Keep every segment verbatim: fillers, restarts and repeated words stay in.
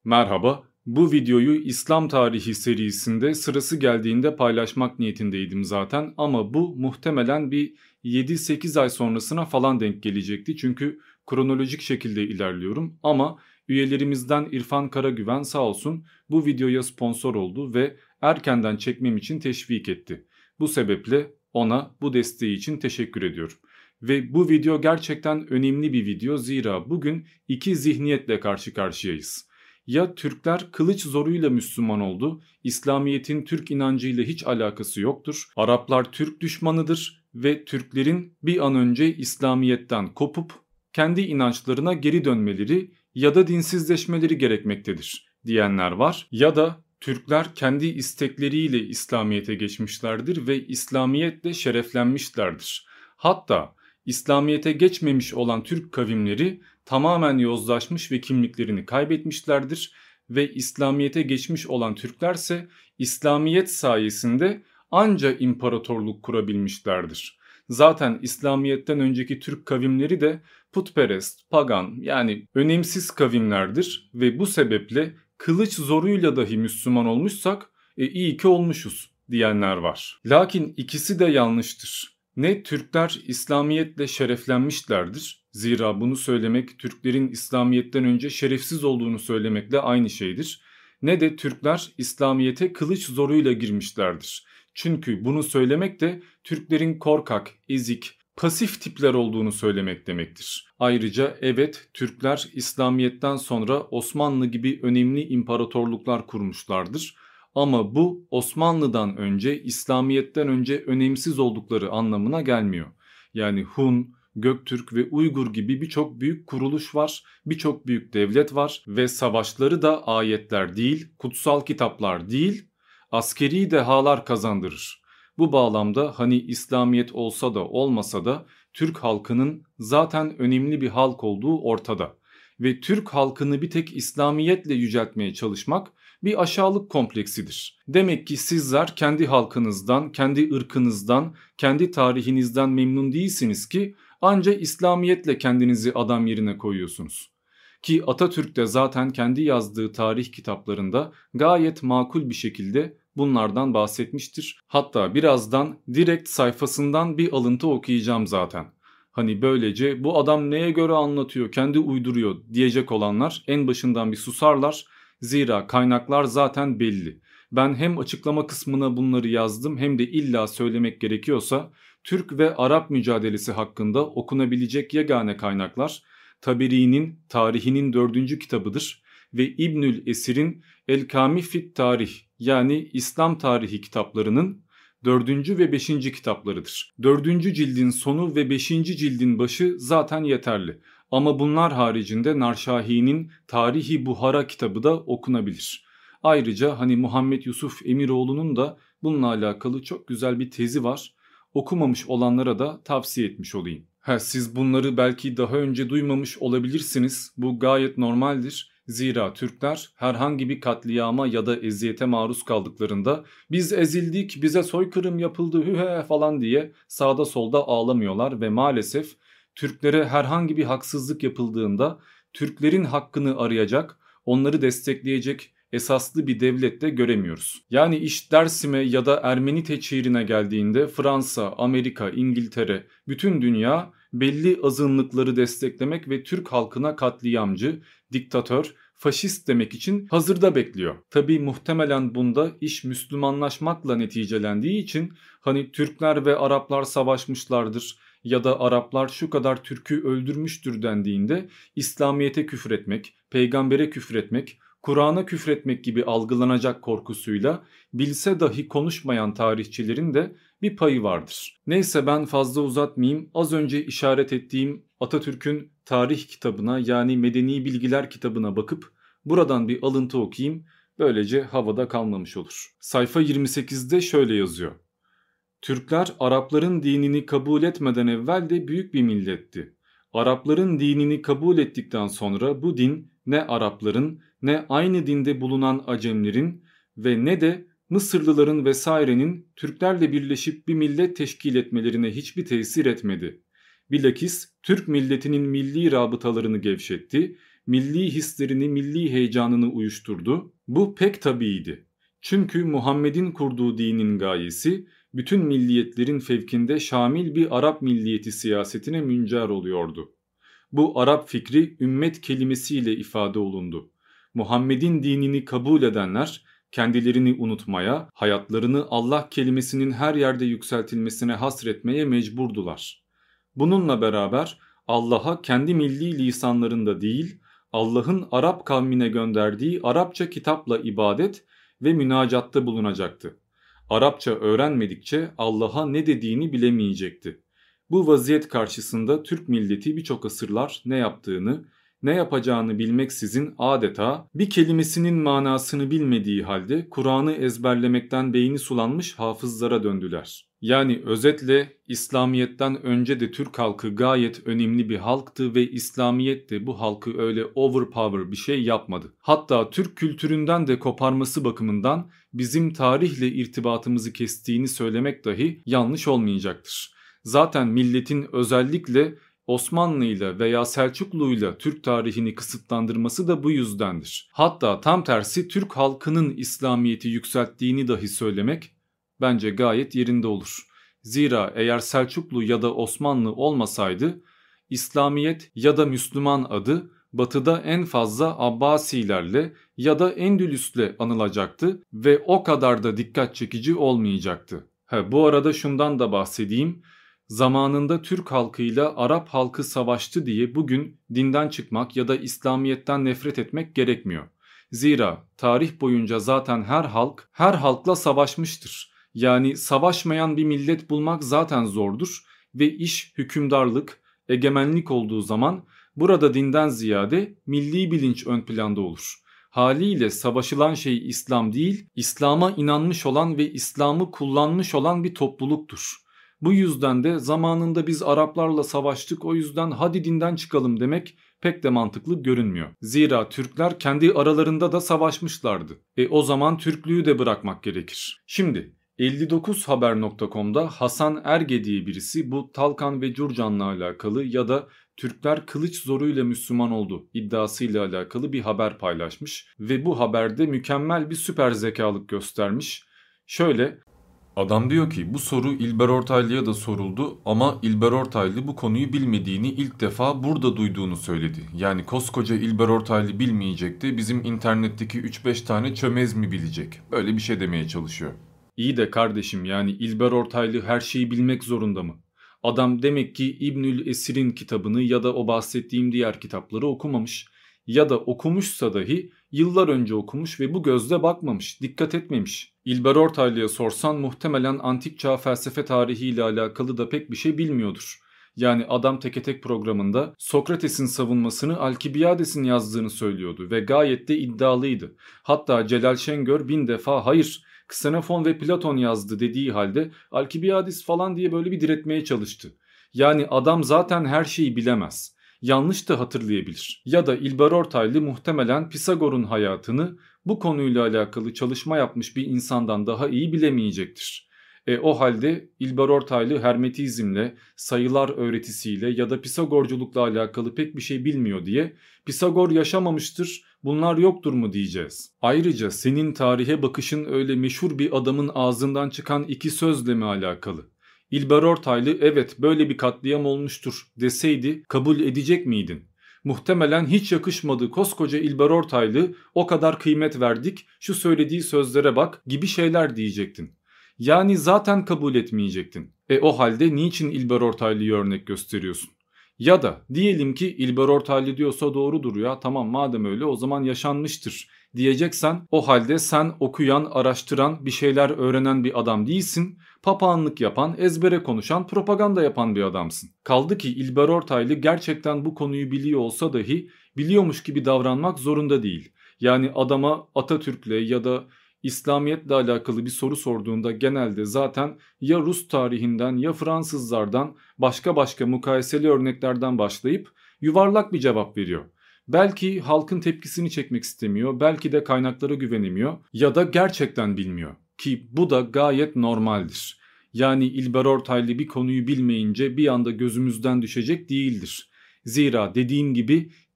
Merhaba, bu videoyu İslam tarihi serisinde sırası geldiğinde paylaşmak niyetindeydim zaten ama bu muhtemelen bir yedi sekiz ay sonrasına falan denk gelecekti çünkü kronolojik şekilde ilerliyorum ama üyelerimizden İrfan Karagüven sağ olsun bu videoya sponsor oldu ve erkenden çekmem için teşvik etti. Bu sebeple ona bu desteği için teşekkür ediyorum. Ve bu video gerçekten önemli bir video zira bugün iki zihniyetle karşı karşıyayız. Ya Türkler kılıç zoruyla Müslüman oldu, İslamiyet'in Türk inancıyla hiç alakası yoktur. Araplar Türk düşmanıdır ve Türklerin bir an önce İslamiyet'ten kopup kendi inançlarına geri dönmeleri ya da dinsizleşmeleri gerekmektedir diyenler var. Ya da Türkler kendi istekleriyle İslamiyet'e geçmişlerdir ve İslamiyetle şereflenmişlerdir. Hatta İslamiyet'e geçmemiş olan Türk kavimleri tamamen yozlaşmış ve kimliklerini kaybetmişlerdir ve İslamiyet'e geçmiş olan Türklerse İslamiyet sayesinde anca imparatorluk kurabilmişlerdir. Zaten İslamiyet'ten önceki Türk kavimleri de putperest, pagan yani önemsiz kavimlerdir ve bu sebeple kılıç zoruyla dahi Müslüman olmuşsak e, iyi ki olmuşuz diyenler var. Lakin ikisi de yanlıştır. Ne Türkler İslamiyetle şereflenmişlerdir. Zira bunu söylemek Türklerin İslamiyet'ten önce şerefsiz olduğunu söylemekle aynı şeydir. Ne de Türkler İslamiyet'e kılıç zoruyla girmişlerdir. Çünkü bunu söylemek de Türklerin korkak, ezik, pasif tipler olduğunu söylemek demektir. Ayrıca evet Türkler İslamiyet'ten sonra Osmanlı gibi önemli imparatorluklar kurmuşlardır. Ama bu Osmanlı'dan önce, İslamiyet'ten önce önemsiz oldukları anlamına gelmiyor. Yani Hun, Göktürk ve Uygur gibi birçok büyük kuruluş var, birçok büyük devlet var ve savaşları da ayetler değil, kutsal kitaplar değil, askeri dehalar kazandırır. Bu bağlamda hani İslamiyet olsa da olmasa da Türk halkının zaten önemli bir halk olduğu ortada. Ve Türk halkını bir tek İslamiyetle yüceltmeye çalışmak bir aşağılık kompleksidir. Demek ki sizler kendi halkınızdan, kendi ırkınızdan, kendi tarihinizden memnun değilsiniz ki anca İslamiyetle kendinizi adam yerine koyuyorsunuz. Ki Atatürk de zaten kendi yazdığı tarih kitaplarında gayet makul bir şekilde bunlardan bahsetmiştir. Hatta birazdan direkt sayfasından bir alıntı okuyacağım zaten. Hani böylece bu adam neye göre anlatıyor, kendi uyduruyor diyecek olanlar en başından bir susarlar. Zira kaynaklar zaten belli. Ben hem açıklama kısmına bunları yazdım hem de illa söylemek gerekiyorsa Türk ve Arap mücadelesi hakkında okunabilecek yegane kaynaklar Taberi'nin tarihinin dördüncü kitabıdır ve İbnül Esir'in El Kami fit Tarih yani İslam tarihi kitaplarının dördüncü ve beşinci kitaplarıdır. dördüncü cildin sonu ve beşinci cildin başı zaten yeterli. Ama bunlar haricinde Narşahi'nin Tarihi Buhara kitabı da okunabilir. Ayrıca hani Muhammed Yusuf Emiroğlu'nun da bununla alakalı çok güzel bir tezi var. Okumamış olanlara da tavsiye etmiş olayım. Ha, siz bunları belki daha önce duymamış olabilirsiniz. Bu gayet normaldir. Zira Türkler herhangi bir katliama ya da eziyete maruz kaldıklarında biz ezildik, bize soykırım yapıldı hühe falan diye sağda solda ağlamıyorlar ve maalesef Türklere herhangi bir haksızlık yapıldığında Türklerin hakkını arayacak, onları destekleyecek esaslı bir devlet de göremiyoruz. Yani iş Dersim'e ya da Ermeni teçhirine geldiğinde Fransa, Amerika, İngiltere, bütün dünya belli azınlıkları desteklemek ve Türk halkına katliamcı, diktatör, faşist demek için hazırda bekliyor. Tabi muhtemelen bunda iş Müslümanlaşmakla neticelendiği için hani Türkler ve Araplar savaşmışlardır ya da Araplar şu kadar Türk'ü öldürmüştür dendiğinde İslamiyet'e küfretmek, peygambere küfretmek, Kur'an'a küfretmek gibi algılanacak korkusuyla bilse dahi konuşmayan tarihçilerin de bir payı vardır. Neyse ben fazla uzatmayayım. Az önce işaret ettiğim Atatürk'ün tarih kitabına yani Medeni Bilgiler kitabına bakıp buradan bir alıntı okuyayım. Böylece havada kalmamış olur. Sayfa yirmi sekizde şöyle yazıyor. Türkler Arapların dinini kabul etmeden evvel de büyük bir milletti. Arapların dinini kabul ettikten sonra bu din ne Arapların ne aynı dinde bulunan Acemlerin ve ne de Mısırlıların vesairenin Türklerle birleşip bir millet teşkil etmelerine hiçbir tesir etmedi. Bilakis Türk milletinin milli rabıtalarını gevşetti, milli hislerini, milli heyecanını uyuşturdu. Bu pek tabiiydi. Çünkü Muhammed'in kurduğu dinin gayesi bütün milliyetlerin fevkinde şamil bir Arap milliyeti siyasetine müncer oluyordu. Bu Arap fikri ümmet kelimesiyle ifade olundu. Muhammed'in dinini kabul edenler kendilerini unutmaya, hayatlarını Allah kelimesinin her yerde yükseltilmesine hasretmeye mecburdular. Bununla beraber Allah'a kendi milli lisanlarında değil, Allah'ın Arap kavmine gönderdiği Arapça kitapla ibadet ve münacatta bulunacaktı. Arapça öğrenmedikçe Allah'a ne dediğini bilemeyecekti. Bu vaziyet karşısında Türk milleti birçok asırlar ne yaptığını, ne yapacağını bilmeksizin adeta bir kelimesinin manasını bilmediği halde Kur'an'ı ezberlemekten beyni sulanmış hafızlara döndüler. Yani özetle İslamiyet'ten önce de Türk halkı gayet önemli bir halktı ve İslamiyet de bu halkı öyle overpower bir şey yapmadı. Hatta Türk kültüründen de koparması bakımından bizim tarihle irtibatımızı kestiğini söylemek dahi yanlış olmayacaktır. Zaten milletin özellikle Osmanlı'yla veya Selçuklu'yla Türk tarihini kısıtlandırması da bu yüzdendir. Hatta tam tersi Türk halkının İslamiyet'i yükselttiğini dahi söylemek bence gayet yerinde olur. Zira eğer Selçuklu ya da Osmanlı olmasaydı İslamiyet ya da Müslüman adı Batı'da en fazla Abbasilerle ya da Endülüs'le anılacaktı ve o kadar da dikkat çekici olmayacaktı. Ha, bu arada şundan da bahsedeyim. Zamanında Türk halkıyla Arap halkı savaştı diye bugün dinden çıkmak ya da İslamiyet'ten nefret etmek gerekmiyor. Zira tarih boyunca zaten her halk her halkla savaşmıştır. Yani savaşmayan bir millet bulmak zaten zordur ve iş hükümdarlık, egemenlik olduğu zaman burada dinden ziyade milli bilinç ön planda olur. Haliyle savaşılan şey İslam değil, İslam'a inanmış olan ve İslam'ı kullanmış olan bir topluluktur. Bu yüzden de zamanında biz Araplarla savaştık, o yüzden hadi dinden çıkalım demek pek de mantıklı görünmüyor. Zira Türkler kendi aralarında da savaşmışlardı. E o zaman Türklüğü de bırakmak gerekir. Şimdi elli dokuz haber nokta com'da Hasan Erge diye birisi bu Talkan ve Cürcan'la alakalı ya da Türkler kılıç zoruyla Müslüman oldu iddiasıyla alakalı bir haber paylaşmış ve bu haberde mükemmel bir süper zekalık göstermiş. Şöyle: Adam diyor ki bu soru İlber Ortaylı'ya da soruldu ama İlber Ortaylı bu konuyu bilmediğini ilk defa burada duyduğunu söyledi. Yani koskoca İlber Ortaylı bilmeyecekti, bizim internetteki üç beş tane çömez mi bilecek? Böyle bir şey demeye çalışıyor. İyi de kardeşim, yani İlber Ortaylı her şeyi bilmek zorunda mı? Adam demek ki İbnül Esir'in kitabını ya da o bahsettiğim diğer kitapları okumamış. Ya da okumuşsa dahi yıllar önce okumuş ve bu gözle bakmamış, dikkat etmemiş. İlber Ortaylı'ya sorsan muhtemelen antik çağ felsefe tarihiyle alakalı da pek bir şey bilmiyordur. Yani adam Teke Tek programında Sokrates'in savunmasını Alkibiades'in yazdığını söylüyordu ve gayet de iddialıydı. Hatta Celal Şengör bin defa hayır, Ksenofon ve Platon yazdı dediği halde Alkibiades falan diye böyle bir diretmeye çalıştı. Yani adam zaten her şeyi bilemez. Yanlış da hatırlayabilir. Ya da İlber Ortaylı muhtemelen Pisagor'un hayatını bu konuyla alakalı çalışma yapmış bir insandan daha iyi bilemeyecektir. E o halde İlber Ortaylı hermetizmle, sayılar öğretisiyle ya da Pisagorculukla alakalı pek bir şey bilmiyor diye Pisagor yaşamamıştır, bunlar yoktur mu diyeceğiz. Ayrıca senin tarihe bakışın öyle meşhur bir adamın ağzından çıkan iki sözle mi alakalı? İlber Ortaylı evet böyle bir katliam olmuştur deseydi kabul edecek miydin? Muhtemelen hiç yakışmadı koskoca İlber Ortaylı, o kadar kıymet verdik, şu söylediği sözlere bak gibi şeyler diyecektin. Yani zaten kabul etmeyecektin. E o halde niçin İlber Ortaylı'yı örnek gösteriyorsun? Ya da diyelim ki İlber Ortaylı diyorsa doğrudur ya, tamam madem öyle o zaman yaşanmıştır diyeceksen o halde sen okuyan, araştıran, bir şeyler öğrenen bir adam değilsin. Papağanlık yapan, ezbere konuşan, propaganda yapan bir adamsın. Kaldı ki İlber Ortaylı gerçekten bu konuyu biliyor olsa dahi biliyormuş gibi davranmak zorunda değil. Yani adama Atatürk'le ya da İslamiyet'le alakalı bir soru sorduğunda genelde zaten ya Rus tarihinden ya Fransızlardan başka başka mukayeseli örneklerden başlayıp yuvarlak bir cevap veriyor. Belki halkın tepkisini çekmek istemiyor, belki de kaynaklara güvenemiyor ya da gerçekten bilmiyor ki bu da gayet normaldir. Yani İlber Ortaylı bir konuyu bilmeyince bir anda gözümüzden düşecek değildir. Zira dediğim gibi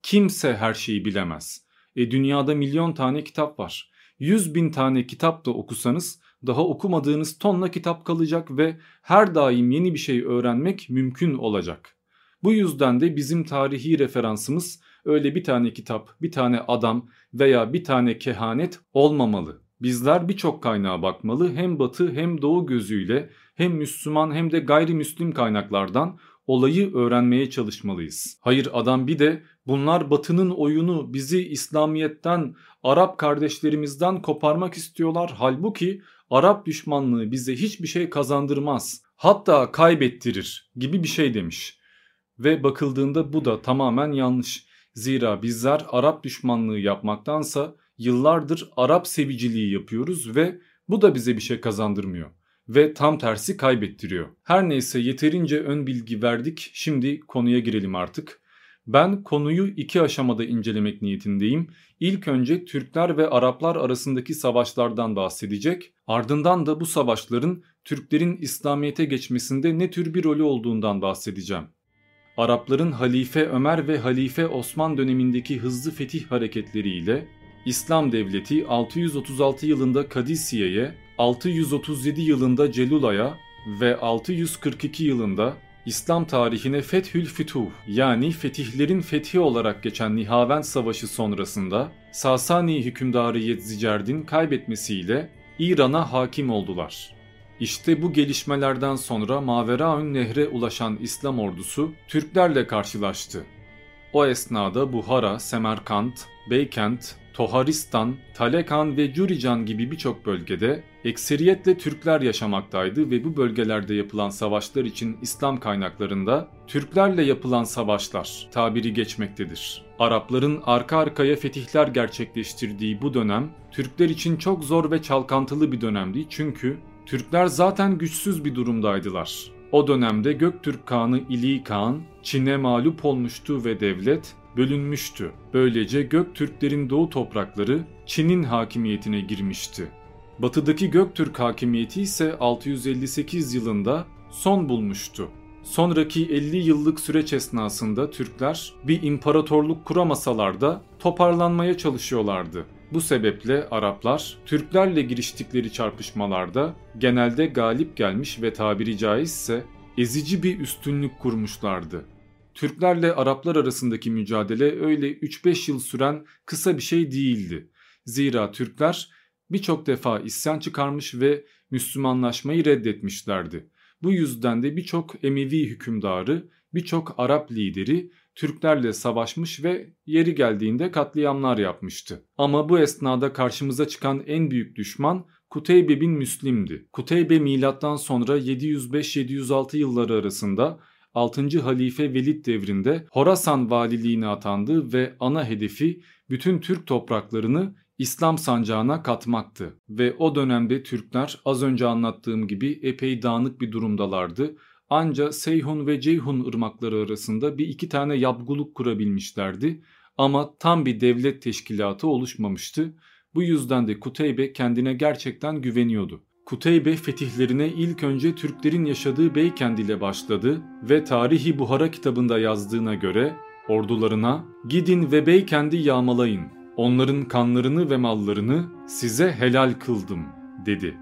Kimse her şeyi bilemez. E dünyada milyon tane kitap var. Yüz bin tane kitap da okusanız daha okumadığınız tonla kitap kalacak ve her daim yeni bir şey öğrenmek mümkün olacak. Bu yüzden de bizim tarihi referansımız öyle bir tane kitap, bir tane adam veya bir tane kehanet olmamalı. Bizler birçok kaynağa bakmalı, hem batı hem doğu gözüyle, hem Müslüman hem de gayrimüslim kaynaklardan olayı öğrenmeye çalışmalıyız. Hayır, adam bir de bunlar batının oyunu, bizi İslamiyet'ten, Arap kardeşlerimizden koparmak istiyorlar. Halbuki Arap düşmanlığı bize hiçbir şey kazandırmaz, hatta kaybettirir gibi bir şey demiş. Ve bakıldığında bu da tamamen yanlış. Zira bizler Arap düşmanlığı yapmaktansa yıllardır Arap seviciliği yapıyoruz ve bu da bize bir şey kazandırmıyor. Ve tam tersi kaybettiriyor. Her neyse, yeterince ön bilgi verdik. Şimdi konuya girelim artık. Ben konuyu iki aşamada incelemek niyetindeyim. İlk önce Türkler ve Araplar arasındaki savaşlardan bahsedecek. Ardından da bu savaşların Türklerin İslamiyet'e geçmesinde ne tür bir rolü olduğundan bahsedeceğim. Arapların Halife Ömer ve Halife Osman dönemindeki hızlı fetih hareketleriyle İslam devleti altı yüz otuz altı yılında Kadisiye'ye, altı yüz otuz yedi yılında Celula'ya ve altı yüz kırk iki yılında İslam tarihine Fethül Fütuh, yani fetihlerin fethi olarak geçen Nihavend Savaşı sonrasında Sasani hükümdarı Yedzicerdin kaybetmesiyle İran'a hakim oldular. İşte bu gelişmelerden sonra Maveraün Nehre ulaşan İslam ordusu Türklerle karşılaştı. O esnada Buhara, Semerkant, Beykent, Toharistan, Talekan ve Curican gibi birçok bölgede ekseriyetle Türkler yaşamaktaydı ve bu bölgelerde yapılan savaşlar için İslam kaynaklarında Türklerle yapılan savaşlar tabiri geçmektedir. Arapların arka arkaya fetihler gerçekleştirdiği bu dönem Türkler için çok zor ve çalkantılı bir dönemdi, çünkü Türkler zaten güçsüz bir durumdaydılar. O dönemde Göktürk Kağanı İli Kağan Çin'e mağlup olmuştu ve devlet bölünmüştü. Böylece Göktürklerin doğu toprakları Çin'in hakimiyetine girmişti. Batıdaki Göktürk hakimiyeti ise altı yüz elli sekiz yılında son bulmuştu. Sonraki elli yıllık süreç esnasında Türkler bir imparatorluk kuramasalar da toparlanmaya çalışıyorlardı. Bu sebeple Araplar Türklerle giriştikleri çarpışmalarda genelde galip gelmiş ve tabiri caizse ezici bir üstünlük kurmuşlardı. Türklerle Araplar arasındaki mücadele öyle üç beş yıl süren kısa bir şey değildi. Zira Türkler birçok defa isyan çıkarmış ve Müslümanlaşmayı reddetmişlerdi. Bu yüzden de birçok Emevi hükümdarı, birçok Arap lideri Türklerle savaşmış ve yeri geldiğinde katliamlar yapmıştı. Ama bu esnada karşımıza çıkan en büyük düşman Kuteybe bin Müslim'di. Kuteybe milattan sonra yedi yüz beş yedi yüz altı yılları arasında altıncı Halife Velid devrinde Horasan valiliğine atandı ve ana hedefi bütün Türk topraklarını İslam sancağına katmaktı. Ve o dönemde Türkler az önce anlattığım gibi epey dağınık bir durumdalardı. Anca Seyhun ve Ceyhun ırmakları arasında bir iki tane yapguluk kurabilmişlerdi ama tam bir devlet teşkilatı oluşmamıştı. Bu yüzden de Kuteybe kendine gerçekten güveniyordu. Kuteybe fetihlerine ilk önce Türklerin yaşadığı Beykend ile başladı ve Tarihi Buhara kitabında yazdığına göre ordularına "Gidin ve Beykend'i yağmalayın. Onların kanlarını ve mallarını size helal kıldım" dedi.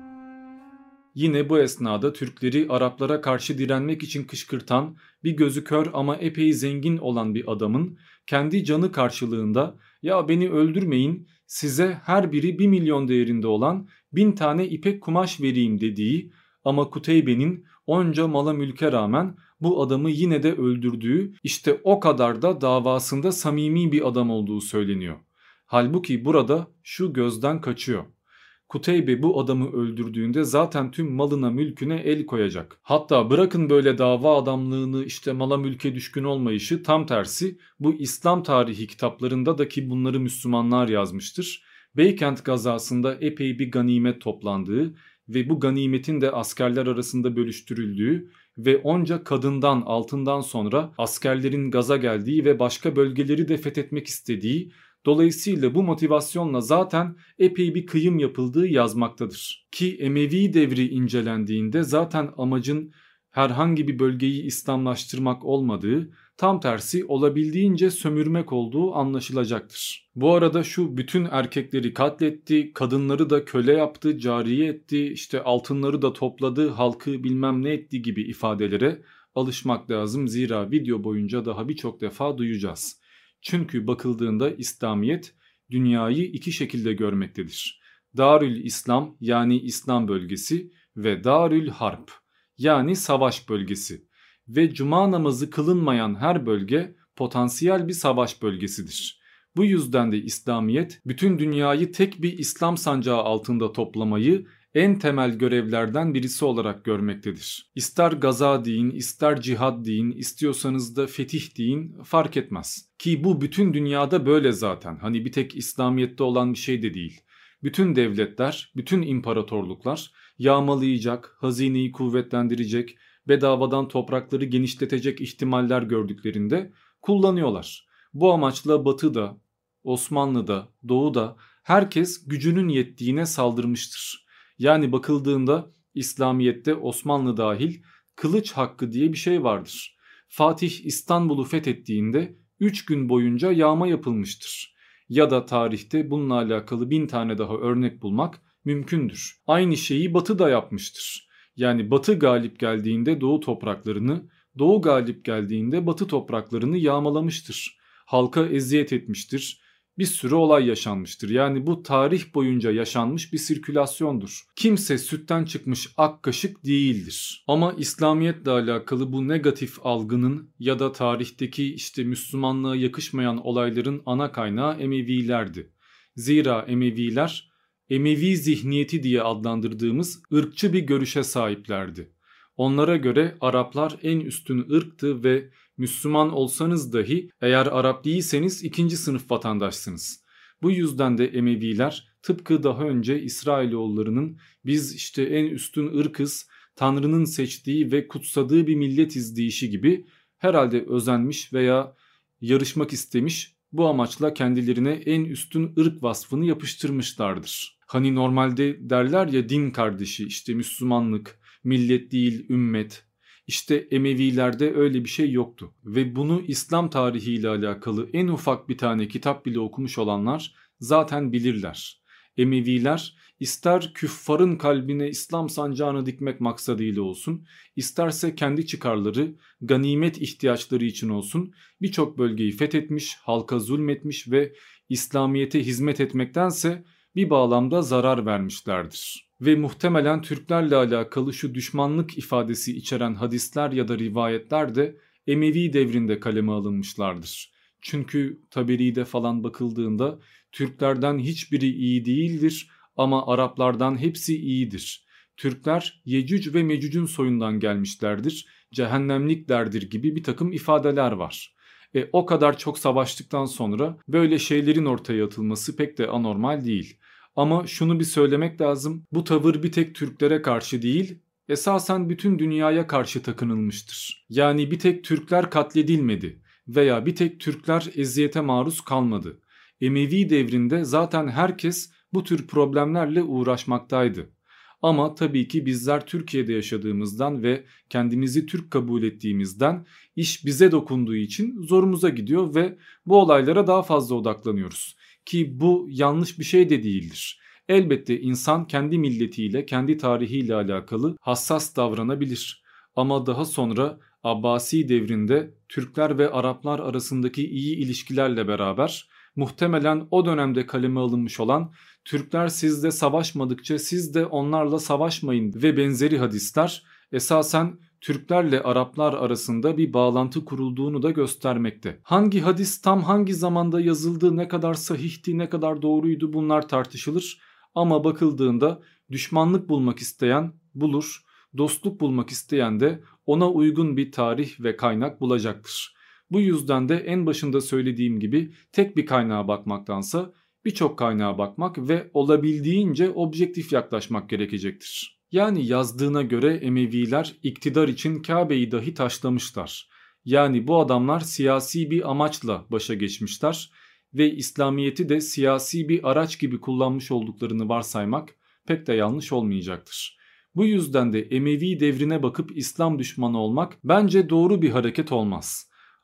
Yine bu esnada Türkleri Araplara karşı direnmek için kışkırtan, bir gözü kör ama epey zengin olan bir adamın kendi canı karşılığında "Ya beni öldürmeyin, size her biri bir milyon değerinde olan bin tane ipek kumaş vereyim" dediği ama Kuteybe'nin onca mala mülke rağmen bu adamı yine de öldürdüğü, işte o kadar da davasında samimi bir adam olduğu söyleniyor. Halbuki burada şu gözden kaçıyor. Kuteybe bu adamı öldürdüğünde zaten tüm malına mülküne el koyacak. Hatta bırakın böyle dava adamlığını, işte mala mülke düşkün olmayışı, tam tersi bu İslam tarihi kitaplarında da ki bunları Müslümanlar yazmıştır. Beykend gazasında epey bir ganimet toplandığı ve bu ganimetin de askerler arasında bölüştürüldüğü ve onca kadından altından sonra askerlerin gaza geldiği ve başka bölgeleri de fethetmek istediği, dolayısıyla bu motivasyonla zaten epey bir kıyım yapıldığı yazmaktadır. Ki Emevi devri incelendiğinde zaten amacın herhangi bir bölgeyi İslamlaştırmak olmadığı, tam tersi olabildiğince sömürmek olduğu anlaşılacaktır. Bu arada şu bütün erkekleri katletti, kadınları da köle yaptı, cariye etti, işte altınları da topladı, halkı bilmem ne etti gibi ifadelere alışmak lazım. Zira video boyunca daha birçok defa duyacağız. Çünkü bakıldığında İslamiyet dünyayı iki şekilde görmektedir. Darül İslam yani İslam bölgesi ve Darül Harp yani savaş bölgesi ve cuma namazı kılınmayan her bölge potansiyel bir savaş bölgesidir. Bu yüzden de İslamiyet bütün dünyayı tek bir İslam sancağı altında toplamayı en temel görevlerden birisi olarak görmektedir. İster gaza deyin, ister cihad deyin, istiyorsanız da fetih deyin, fark etmez. Ki bu bütün dünyada böyle zaten. Hani bir tek İslamiyet'te olan bir şey de değil. Bütün devletler, bütün imparatorluklar yağmalayacak, hazineyi kuvvetlendirecek, bedavadan toprakları genişletecek ihtimaller gördüklerinde kullanıyorlar. Bu amaçla Batı'da, Osmanlı'da, Doğu'da herkes gücünün yettiğine saldırmıştır. Yani bakıldığında İslamiyet'te Osmanlı dahil kılıç hakkı diye bir şey vardır. Fatih İstanbul'u fethettiğinde üç gün boyunca yağma yapılmıştır. Ya da tarihte bununla alakalı bin tane daha örnek bulmak mümkündür. Aynı şeyi Batı da yapmıştır. Yani Batı galip geldiğinde Doğu topraklarını, Doğu galip geldiğinde Batı topraklarını yağmalamıştır. Halka eziyet etmiştir. Bir sürü olay yaşanmıştır. Yani bu tarih boyunca yaşanmış bir sirkülasyondur. Kimse sütten çıkmış ak kaşık değildir. Ama İslamiyetle alakalı bu negatif algının ya da tarihteki işte Müslümanlığa yakışmayan olayların ana kaynağı Emevilerdi. Zira Emeviler Emevi zihniyeti diye adlandırdığımız ırkçı bir görüşe sahiplerdi. Onlara göre Araplar en üstün ırktı ve Müslüman olsanız dahi eğer Arap değilseniz ikinci sınıf vatandaşsınız. Bu yüzden de Emeviler tıpkı daha önce İsrailoğullarının biz işte en üstün ırkız, Tanrı'nın seçtiği ve kutsadığı bir milletiz deyişi gibi herhalde özenmiş veya yarışmak istemiş, bu amaçla kendilerine en üstün ırk vasfını yapıştırmışlardır. Hani normalde derler ya din kardeşi, işte Müslümanlık, millet değil ümmet. İşte Emevilerde öyle bir şey yoktu ve bunu İslam tarihiyle alakalı en ufak bir tane kitap bile okumuş olanlar zaten bilirler. Emeviler ister küffarın kalbine İslam sancağını dikmek maksadıyla olsun, isterse kendi çıkarları, ganimet ihtiyaçları için olsun birçok bölgeyi fethetmiş, halka zulmetmiş ve İslamiyet'e hizmet etmektense bir bağlamda zarar vermişlerdir. Ve muhtemelen Türklerle alakalı şu düşmanlık ifadesi içeren hadisler ya da rivayetler de Emevi devrinde kaleme alınmışlardır. Çünkü Taberi'de falan bakıldığında Türklerden hiçbiri iyi değildir ama Araplardan hepsi iyidir. Türkler Yecüc ve Mecüc'ün soyundan gelmişlerdir, cehennemliklerdir gibi bir takım ifadeler var. E, o kadar çok savaştıktan sonra böyle şeylerin ortaya atılması pek de anormal değil. Ama şunu bir söylemek lazım, bu tavır bir tek Türklere karşı değil, esasen bütün dünyaya karşı takınılmıştır. Yani bir tek Türkler katledilmedi veya bir tek Türkler eziyete maruz kalmadı. Emevi devrinde zaten herkes bu tür problemlerle uğraşmaktaydı. Ama tabii ki bizler Türkiye'de yaşadığımızdan ve kendimizi Türk kabul ettiğimizden iş bize dokunduğu için zorumuza gidiyor ve bu olaylara daha fazla odaklanıyoruz. Ki bu yanlış bir şey de değildir. Elbette insan kendi milletiyle, kendi tarihiyle alakalı hassas davranabilir. Ama daha sonra Abbasi devrinde Türkler ve Araplar arasındaki iyi ilişkilerle beraber muhtemelen o dönemde kaleme alınmış olan Türkler sizle savaşmadıkça siz de onlarla savaşmayın ve benzeri hadisler esasen Türklerle Araplar arasında bir bağlantı kurulduğunu da göstermekte. Hangi hadis tam hangi zamanda yazıldı, ne kadar sahihti, ne kadar doğruydu bunlar tartışılır. Ama bakıldığında düşmanlık bulmak isteyen bulur, dostluk bulmak isteyen de ona uygun bir tarih ve kaynak bulacaktır. Bu yüzden de en başında söylediğim gibi tek bir kaynağa bakmaktansa birçok kaynağa bakmak ve olabildiğince objektif yaklaşmak gerekecektir. Yani yazdığına göre Emeviler iktidar için Kabe'yi dahi taşlamışlar. Yani bu adamlar siyasi bir amaçla başa geçmişler ve İslamiyet'i de siyasi bir araç gibi kullanmış olduklarını varsaymak pek de yanlış olmayacaktır. Bu yüzden de Emevi devrine bakıp İslam düşmanı olmak bence doğru bir hareket olmaz.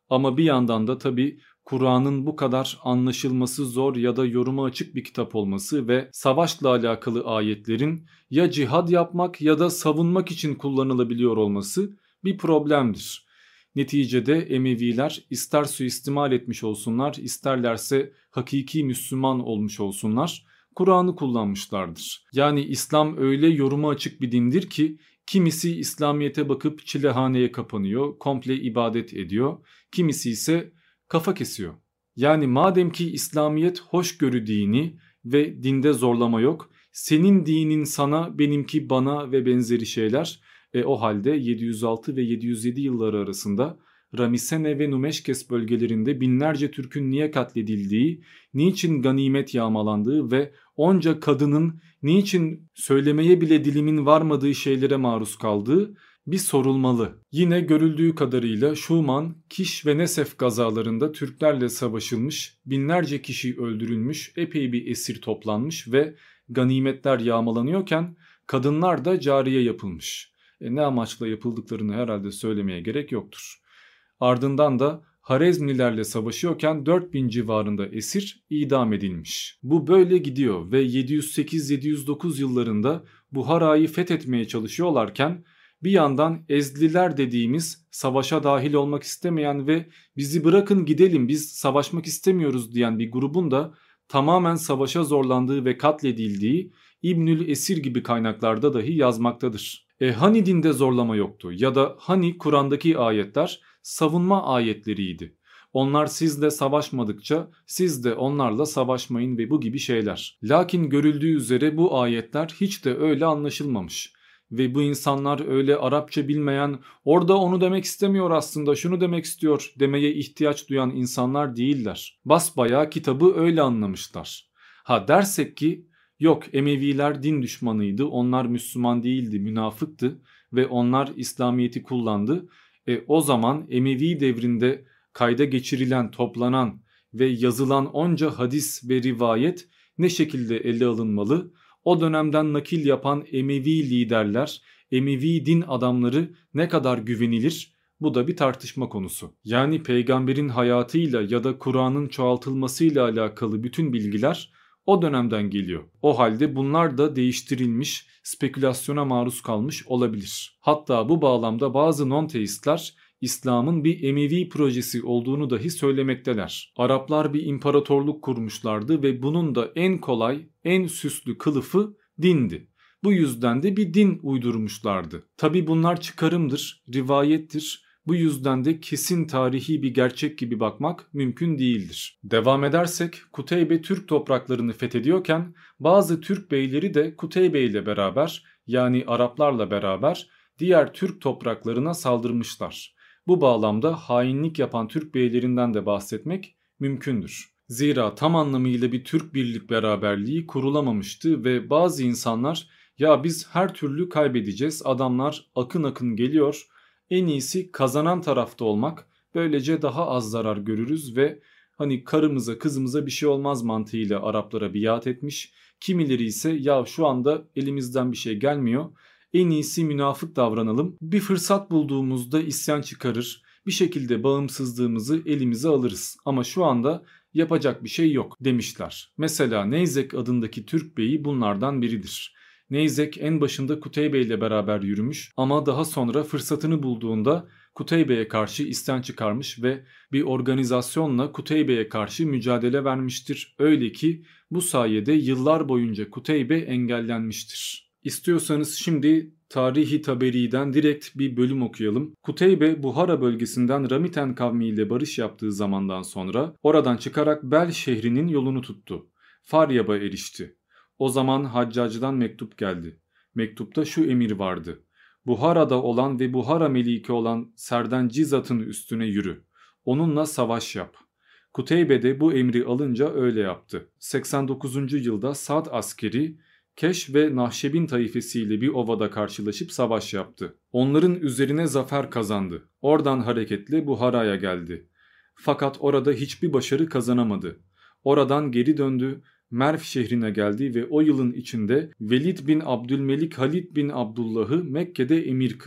Ama bir yandan da tabii Kur'an'ın bu kadar anlaşılması zor ya da yoruma açık bir kitap olması ve savaşla alakalı ayetlerin ya cihad yapmak ya da savunmak için kullanılabiliyor olması bir problemdir. Neticede Emeviler ister suistimal etmiş olsunlar, isterlerse hakiki Müslüman olmuş olsunlar, Kur'an'ı kullanmışlardır. Yani İslam öyle yoruma açık bir dindir ki kimisi İslamiyet'e bakıp çilehaneye kapanıyor, komple ibadet ediyor, kimisi ise kafa kesiyor. Yani madem ki İslamiyet hoşgörü dini ve dinde zorlama yok, senin dinin sana, benimki bana ve benzeri şeyler, e, o halde yedi yüz altı ve yedi yüz yedi yılları arasında Ramisene ve Numeşkes bölgelerinde binlerce Türk'ün niye katledildiği, niçin ganimet yağmalandığı ve onca kadının niçin söylemeye bile dilimin varmadığı şeylere maruz kaldığı bir sorulmalı. Yine görüldüğü kadarıyla Şuman, Kiş ve Nesef gazalarında Türklerle savaşılmış, binlerce kişi öldürülmüş, epey bir esir toplanmış ve ganimetler yağmalanıyorken kadınlar da cariye yapılmış. E ne amaçla yapıldıklarını herhalde söylemeye gerek yoktur. Ardından da Harezmlilerle savaşıyorken dört bin civarında esir idam edilmiş. Bu böyle gidiyor ve yedi yüz sekiz yedi yüz dokuz yıllarında Buhara'yı fethetmeye çalışıyorlarken bir yandan Ezliler dediğimiz savaşa dahil olmak istemeyen ve bizi bırakın gidelim biz savaşmak istemiyoruz diyen bir grubun da tamamen savaşa zorlandığı ve katledildiği İbnül Esir gibi kaynaklarda dahi yazmaktadır. E hani dinde zorlama yoktu ya da hani Kur'an'daki ayetler savunma ayetleriydi. Onlar sizle savaşmadıkça siz de onlarla savaşmayın ve bu gibi şeyler. Lakin görüldüğü üzere bu ayetler hiç de öyle anlaşılmamış. Ve bu insanlar öyle Arapça bilmeyen, orada onu demek istemiyor aslında şunu demek istiyor demeye ihtiyaç duyan insanlar değiller. Basbayağı kitabı öyle anlamışlar. Ha dersek ki yok Emeviler din düşmanıydı, onlar Müslüman değildi, münafıktı ve onlar İslamiyet'i kullandı. E, o zaman Emevi devrinde kayda geçirilen, toplanan ve yazılan onca hadis ve rivayet ne şekilde ele alınmalı? O dönemden nakil yapan Emevi liderler, Emevi din adamları ne kadar güvenilir? Bu da bir tartışma konusu. Yani peygamberin hayatıyla ya da Kur'an'ın çoğaltılmasıyla alakalı bütün bilgiler o dönemden geliyor. O halde bunlar da değiştirilmiş, spekülasyona maruz kalmış olabilir. Hatta bu bağlamda bazı non-teistler İslam'ın bir Emevi projesi olduğunu dahi söylemekteler. Araplar bir imparatorluk kurmuşlardı ve bunun da en kolay, en süslü kılıfı dindi. Bu yüzden de bir din uydurmuşlardı. Tabi bunlar çıkarımdır, rivayettir. Bu yüzden de kesin tarihi bir gerçek gibi bakmak mümkün değildir. Devam edersek Kuteybe Türk topraklarını fethediyorken bazı Türk beyleri de Kuteybe ile beraber yani Araplarla beraber diğer Türk topraklarına saldırmışlar. Bu bağlamda hainlik yapan Türk beylerinden de bahsetmek mümkündür. Zira tam anlamıyla bir Türk birlik beraberliği kurulamamıştı ve bazı insanlar ya biz her türlü kaybedeceğiz, adamlar akın akın geliyor, en iyisi kazanan tarafta olmak, böylece daha az zarar görürüz ve hani karımıza kızımıza bir şey olmaz mantığıyla Araplara biat etmiş. Kimileri ise ya şu anda elimizden bir şey gelmiyor, en iyisi münafık davranalım, bir fırsat bulduğumuzda isyan çıkarır, bir şekilde bağımsızlığımızı elimize alırız ama şu anda yapacak bir şey yok demişler. Mesela Neyzek adındaki Türk beyi bunlardan biridir. Neyzek en başında Kuteybe ile beraber yürümüş ama daha sonra fırsatını bulduğunda Kuteybe'ye karşı isyan çıkarmış ve bir organizasyonla Kuteybe'ye karşı mücadele vermiştir. Öyle ki bu sayede yıllar boyunca Kuteybe engellenmiştir. İstiyorsanız şimdi Tarihi Taberi'den direkt bir bölüm okuyalım. Kuteybe Buhara bölgesinden Ramiten kavmiyle barış yaptığı zamandan sonra oradan çıkarak Bel şehrinin yolunu tuttu. Faryab'a erişti. O zaman Haccac'dan mektup geldi. Mektupta şu emir vardı. Buhara'da olan ve Buhara meliki olan Serdencizat'ın üstüne yürü. Onunla savaş yap. Kuteybe de bu emri alınca öyle yaptı. seksen dokuzuncu yılda Sad askeri Keş ve Nahşebin taifesiyle bir ovada karşılaşıp savaş yaptı. Onların üzerine zafer kazandı. Oradan hareketle Buhara'ya geldi. Fakat orada hiçbir başarı kazanamadı. Oradan geri döndü, Merv şehrine geldi ve o yılın içinde Velid bin Abdülmelik Halid bin Abdullah'ı Mekke'de emir kıldı.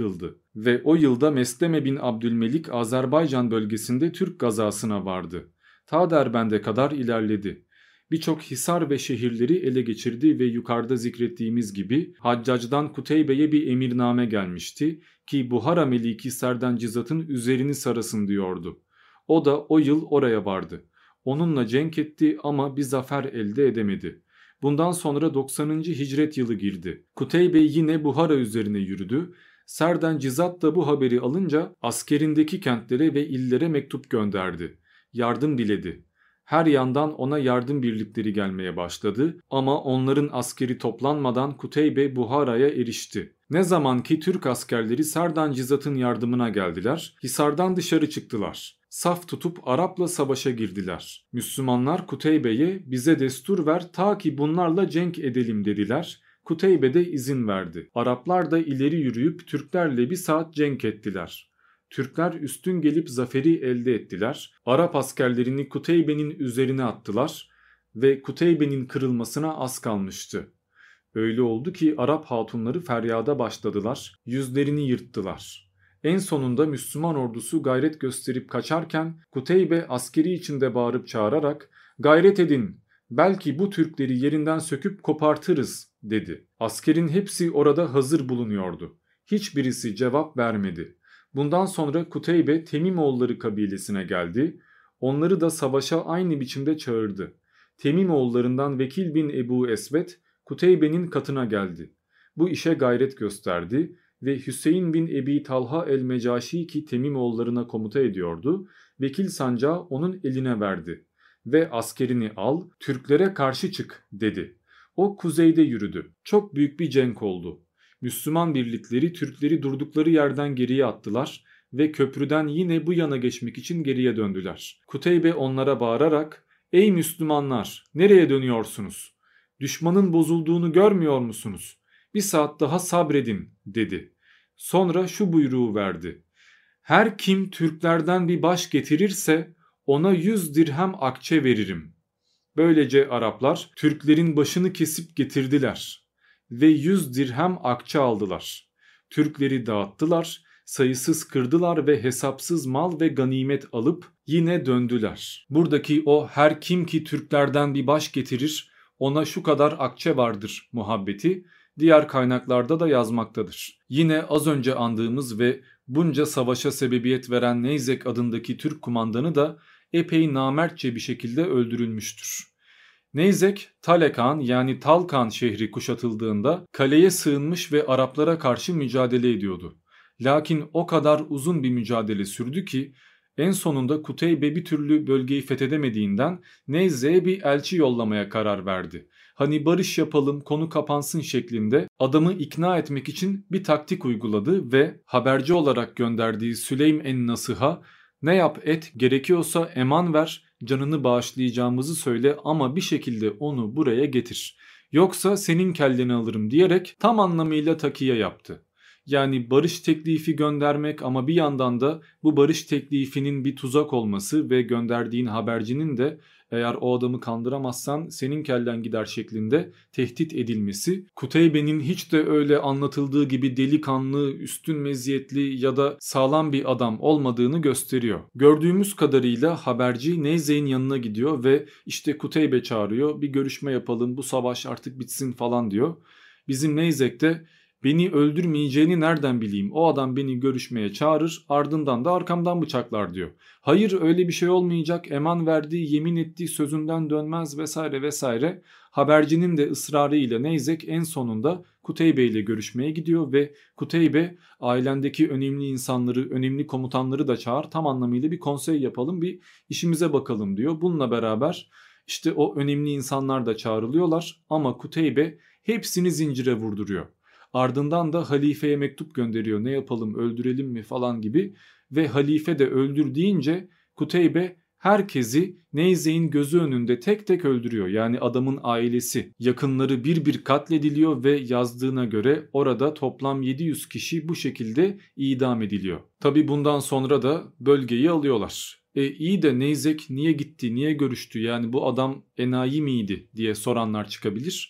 ve o yılda Mesleme bin Abdülmelik Azerbaycan bölgesinde Türk gazasına vardı. Ta Derbend'e kadar ilerledi. Birçok hisar ve şehirleri ele geçirdi ve yukarıda zikrettiğimiz gibi Haccac'dan Kuteybe'ye bir emirname gelmişti ki Buhara Meliki Serdancizat'ın üzerini sarasın diyordu. O da o yıl oraya vardı. Onunla cenk etti ama bir zafer elde edemedi. Bundan sonra doksanıncı hicret yılı girdi. Kuteybe yine Buhara üzerine yürüdü. Serdancizat da bu haberi alınca askerindeki kentlere ve illere mektup gönderdi. Yardım diledi. Her yandan ona yardım birlikleri gelmeye başladı ama onların askeri toplanmadan Kuteybe Buhara'ya erişti. Ne zaman ki Türk askerleri Serdancizat'ın yardımına geldiler, Hisar'dan dışarı çıktılar. Saf tutup Arap'la savaşa girdiler. Müslümanlar Kuteybe'ye bize destur ver ta ki bunlarla cenk edelim dediler. Kuteybe de izin verdi. Araplar da ileri yürüyüp Türklerle bir saat cenk ettiler. Türkler üstün gelip zaferi elde ettiler. Arap askerlerini Kuteybe'nin üzerine attılar ve Kuteybe'nin kırılmasına az kalmıştı. Öyle oldu ki Arap hatunları feryada başladılar, yüzlerini yırttılar. En sonunda Müslüman ordusu gayret gösterip kaçarken Kuteybe askeri içinde bağırıp çağırarak "Gayret edin, belki bu Türkleri yerinden söküp kopartırız" dedi. Askerin hepsi orada hazır bulunuyordu. Hiçbirisi cevap vermedi. Bundan sonra Kuteybe Temimoğulları kabilesine geldi. Onları da savaşa aynı biçimde çağırdı. Temimoğullarından Vekil bin Ebu Esvet Kuteybe'nin katına geldi. Bu işe gayret gösterdi ve Hüseyin bin Ebi Talha el-Mecaşi ki Temimoğullarına komuta ediyordu, vekil sancağı onun eline verdi ve askerini al, Türklere karşı çık dedi. O kuzeyde yürüdü. Çok büyük bir cenk oldu. Müslüman birlikleri Türkleri durdukları yerden geriye attılar ve köprüden yine bu yana geçmek için geriye döndüler. Kuteybe onlara bağırarak "Ey Müslümanlar, nereye dönüyorsunuz? Düşmanın bozulduğunu görmüyor musunuz? Bir saat daha sabredin" dedi. Sonra şu buyruğu verdi: "Her kim Türklerden bir baş getirirse ona yüz dirhem akçe veririm." Böylece Araplar Türklerin başını kesip getirdiler ve yüz dirhem akçe aldılar. Türkleri dağıttılar, sayısız kırdılar ve hesapsız mal ve ganimet alıp yine döndüler. Buradaki o "her kim ki Türklerden bir baş getirir ona şu kadar akçe vardır" muhabbeti diğer kaynaklarda da yazmaktadır. Yine az önce andığımız ve bunca savaşa sebebiyet veren Neyzek adındaki Türk kumandanı da epey namertçe bir şekilde öldürülmüştür. Neyzek, Talekan yani Talkan şehri kuşatıldığında kaleye sığınmış ve Araplara karşı mücadele ediyordu. Lakin o kadar uzun bir mücadele sürdü ki en sonunda Kuteybe bir türlü bölgeyi fethedemediğinden Neyzek'e bir elçi yollamaya karar verdi. Hani barış yapalım, konu kapansın şeklinde adamı ikna etmek için bir taktik uyguladı ve haberci olarak gönderdiği Süleym en-Nasıh'a "Ne yap et, gerekiyorsa eman ver, canını bağışlayacağımızı söyle ama bir şekilde onu buraya getir. Yoksa senin kelleni alırım" diyerek tam anlamıyla takiye yaptı. Yani barış teklifi göndermek ama bir yandan da bu barış teklifinin bir tuzak olması ve gönderdiğin habercinin de eğer o adamı kandıramazsan senin kellen gider şeklinde tehdit edilmesi, Kuteybe'nin hiç de öyle anlatıldığı gibi delikanlı, üstün meziyetli ya da sağlam bir adam olmadığını gösteriyor. Gördüğümüz kadarıyla haberci Neyzek'in yanına gidiyor ve işte Kuteybe çağırıyor, bir görüşme yapalım, bu savaş artık bitsin falan diyor. Bizim Neyzek de "Beni öldürmeyeceğini nereden bileyim? O adam beni görüşmeye çağırır, ardından da arkamdan bıçaklar" diyor. Hayır, öyle bir şey olmayacak, eman verdiği, yemin ettiği sözünden dönmez vesaire vesaire. Habercinin de ısrarıyla Neyzek en sonunda Kuteybe ile görüşmeye gidiyor ve Kuteybe ailendeki önemli insanları, önemli komutanları da çağır, tam anlamıyla bir konsey yapalım, bir işimize bakalım diyor. Bununla beraber işte o önemli insanlar da çağrılıyorlar ama Kuteybe hepsini zincire vurduruyor. Ardından da halifeye mektup gönderiyor, ne yapalım, öldürelim mi falan gibi ve halife de öldür deyince Kuteybe herkesi Neyzek'in gözü önünde tek tek öldürüyor. Yani adamın ailesi, yakınları bir bir katlediliyor ve yazdığına göre orada toplam yedi yüz kişi bu şekilde idam ediliyor. Tabi bundan sonra da bölgeyi alıyorlar. E iyi de Neyzek niye gitti, niye görüştü, yani bu adam enayi miydi diye soranlar çıkabilir.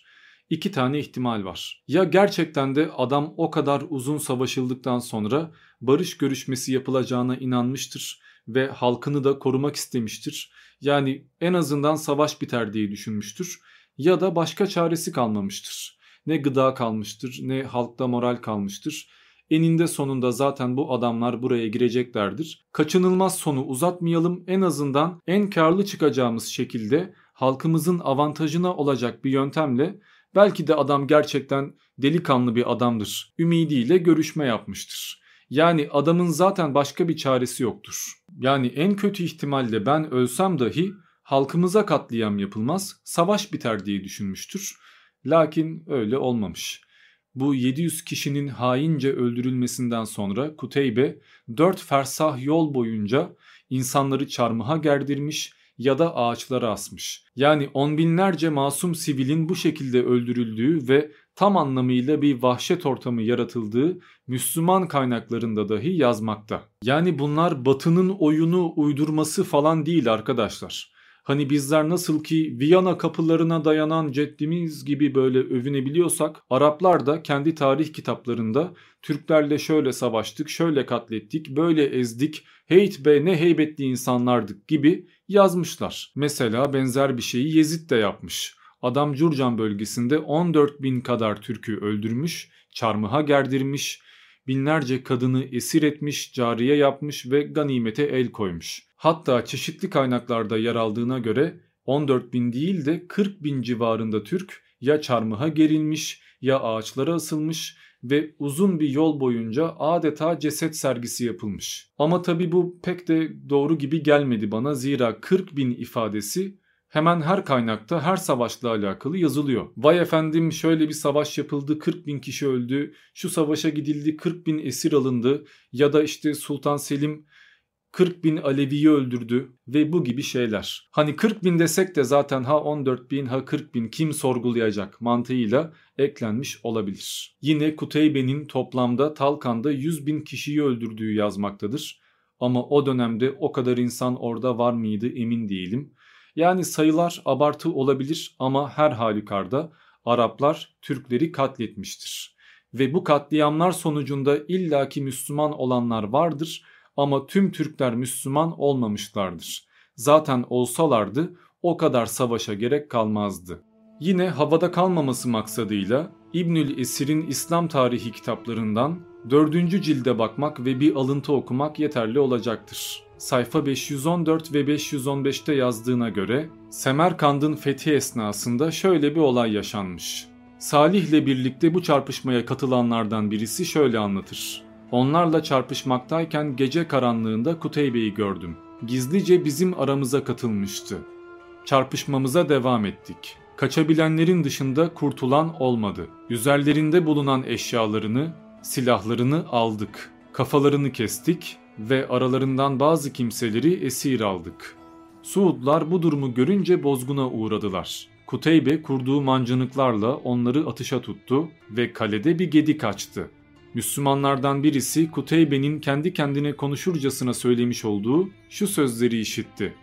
İki tane ihtimal var. Ya gerçekten de adam o kadar uzun savaşıldıktan sonra barış görüşmesi yapılacağına inanmıştır ve halkını da korumak istemiştir. Yani en azından savaş biter diye düşünmüştür. Ya da başka çaresi kalmamıştır. Ne gıda kalmıştır, ne halkta moral kalmıştır. Eninde sonunda zaten bu adamlar buraya gireceklerdir. Kaçınılmaz sonu uzatmayalım, en azından en karlı çıkacağımız şekilde halkımızın avantajına olacak bir yöntemle belki de adam gerçekten delikanlı bir adamdır ümidiyle görüşme yapmıştır. Yani adamın zaten başka bir çaresi yoktur. Yani en kötü ihtimalle ben ölsem dahi halkımıza katliam yapılmaz, savaş biter diye düşünmüştür. Lakin öyle olmamış. Bu yedi yüz kişinin haince öldürülmesinden sonra Kuteybe dört fersah yol boyunca insanları çarmıha gerdirmiş ya da ağaçlara asmış. Yani on binlerce masum sivilin bu şekilde öldürüldüğü ve tam anlamıyla bir vahşet ortamı yaratıldığı Müslüman kaynaklarında dahi yazmakta. Yani bunlar Batı'nın oyunu uydurması falan değil arkadaşlar. Hani bizler nasıl ki Viyana kapılarına dayanan ceddimiz gibi böyle övünebiliyorsak, Araplar da kendi tarih kitaplarında Türklerle şöyle savaştık, şöyle katlettik, böyle ezdik, heyt be ne heybetli insanlardık gibi yazmışlar. Mesela benzer bir şeyi Yezid de yapmış. Adam Curcan bölgesinde on dört bin kadar Türk'ü öldürmüş, çarmıha gerdirmiş, binlerce kadını esir etmiş, cariye yapmış ve ganimete el koymuş. Hatta çeşitli kaynaklarda yer aldığına göre on dört bin değil de kırk bin civarında Türk ya çarmıha gerilmiş ya ağaçlara asılmış ve uzun bir yol boyunca adeta ceset sergisi yapılmış. Ama tabi bu pek de doğru gibi gelmedi bana, zira kırk bin ifadesi hemen her kaynakta her savaşla alakalı yazılıyor. Vay efendim şöyle bir savaş yapıldı, kırk bin kişi öldü, şu savaşa gidildi, kırk bin esir alındı ya da işte Sultan Selim kırk bin Alevi'yi öldürdü ve bu gibi şeyler. Hani kırk bin desek de zaten ha on dört bin ha kırk bin kim sorgulayacak mantığıyla eklenmiş olabilir. Yine Kuteybe'nin toplamda Talkan'da yüz bin kişiyi öldürdüğü yazmaktadır. Ama o dönemde o kadar insan orada var mıydı emin değilim. Yani sayılar abartı olabilir ama her halükarda Araplar Türkleri katletmiştir. Ve bu katliamlar sonucunda illaki Müslüman olanlar vardır ama tüm Türkler Müslüman olmamışlardır. Zaten olsalardı o kadar savaşa gerek kalmazdı. Yine havada kalmaması maksadıyla İbnül Esir'in İslam tarihi kitaplarından dördüncü cilde bakmak ve bir alıntı okumak yeterli olacaktır. Sayfa beş yüz on dört ve beş yüz on beşte yazdığına göre Semerkand'ın fethi esnasında şöyle bir olay yaşanmış. Salih'le birlikte bu çarpışmaya katılanlardan birisi şöyle anlatır. Onlarla çarpışmaktayken gece karanlığında Kuteybe'yi gördüm. Gizlice bizim aramıza katılmıştı. Çarpışmamıza devam ettik. Kaçabilenlerin dışında kurtulan olmadı. Üzerlerinde bulunan eşyalarını, silahlarını aldık. Kafalarını kestik ve aralarından bazı kimseleri esir aldık. Suudlar bu durumu görünce bozguna uğradılar. Kuteybe kurduğu mancınıklarla onları atışa tuttu ve kalede bir gedik açtı. Müslümanlardan birisi Kuteybe'nin kendi kendine konuşurcasına söylemiş olduğu şu sözleri işitti.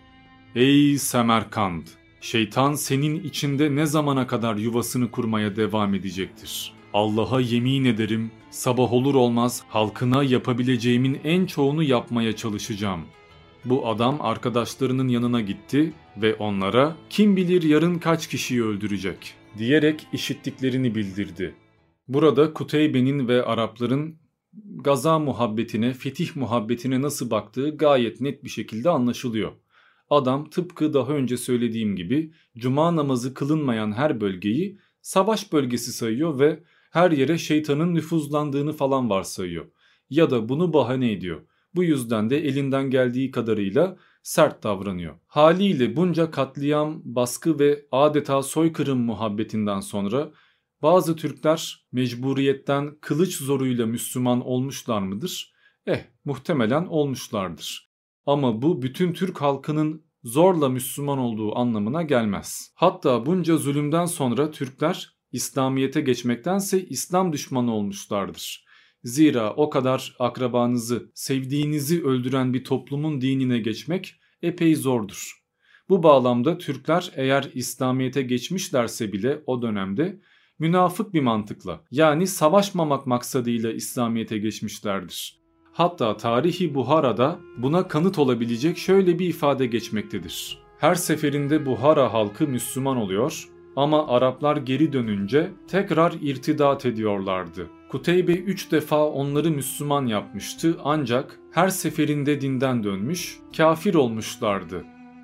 Ey Semerkand! Şeytan senin içinde ne zamana kadar yuvasını kurmaya devam edecektir? Allah'a yemin ederim sabah olur olmaz halkına yapabileceğimin en çoğunu yapmaya çalışacağım. Bu adam arkadaşlarının yanına gitti ve onlara kim bilir yarın kaç kişiyi öldürecek diyerek işittiklerini bildirdi. Burada Kuteybe'nin ve Arapların gaza muhabbetine, fetih muhabbetine nasıl baktığı gayet net bir şekilde anlaşılıyor. Adam tıpkı daha önce söylediğim gibi cuma namazı kılınmayan her bölgeyi savaş bölgesi sayıyor ve her yere şeytanın nüfuzlandığını falan varsayıyor. Ya da bunu bahane ediyor. Bu yüzden de elinden geldiği kadarıyla sert davranıyor. Haliyle bunca katliam, baskı ve adeta soykırım muhabbetinden sonra bazı Türkler mecburiyetten kılıç zoruyla Müslüman olmuşlar mıdır? Eh, muhtemelen olmuşlardır. Ama bu bütün Türk halkının zorla Müslüman olduğu anlamına gelmez. Hatta bunca zulümden sonra Türkler İslamiyet'e geçmektense İslam düşmanı olmuşlardır. Zira o kadar akrabanızı, sevdiğinizi öldüren bir toplumun dinine geçmek epey zordur. Bu bağlamda Türkler eğer İslamiyet'e geçmişlerse bile o dönemde münafık bir mantıkla, yani savaşmamak maksadıyla İslamiyet'e geçmişlerdir. Hatta tarihi Buhara'da buna kanıt olabilecek şöyle bir ifade geçmektedir. Her seferinde Buhara halkı Müslüman oluyor ama Araplar geri dönünce tekrar irtidat ediyorlardı. Kuteybe üç defa onları Müslüman yapmıştı ancak her seferinde dinden dönmüş, kafir olmuşlardı.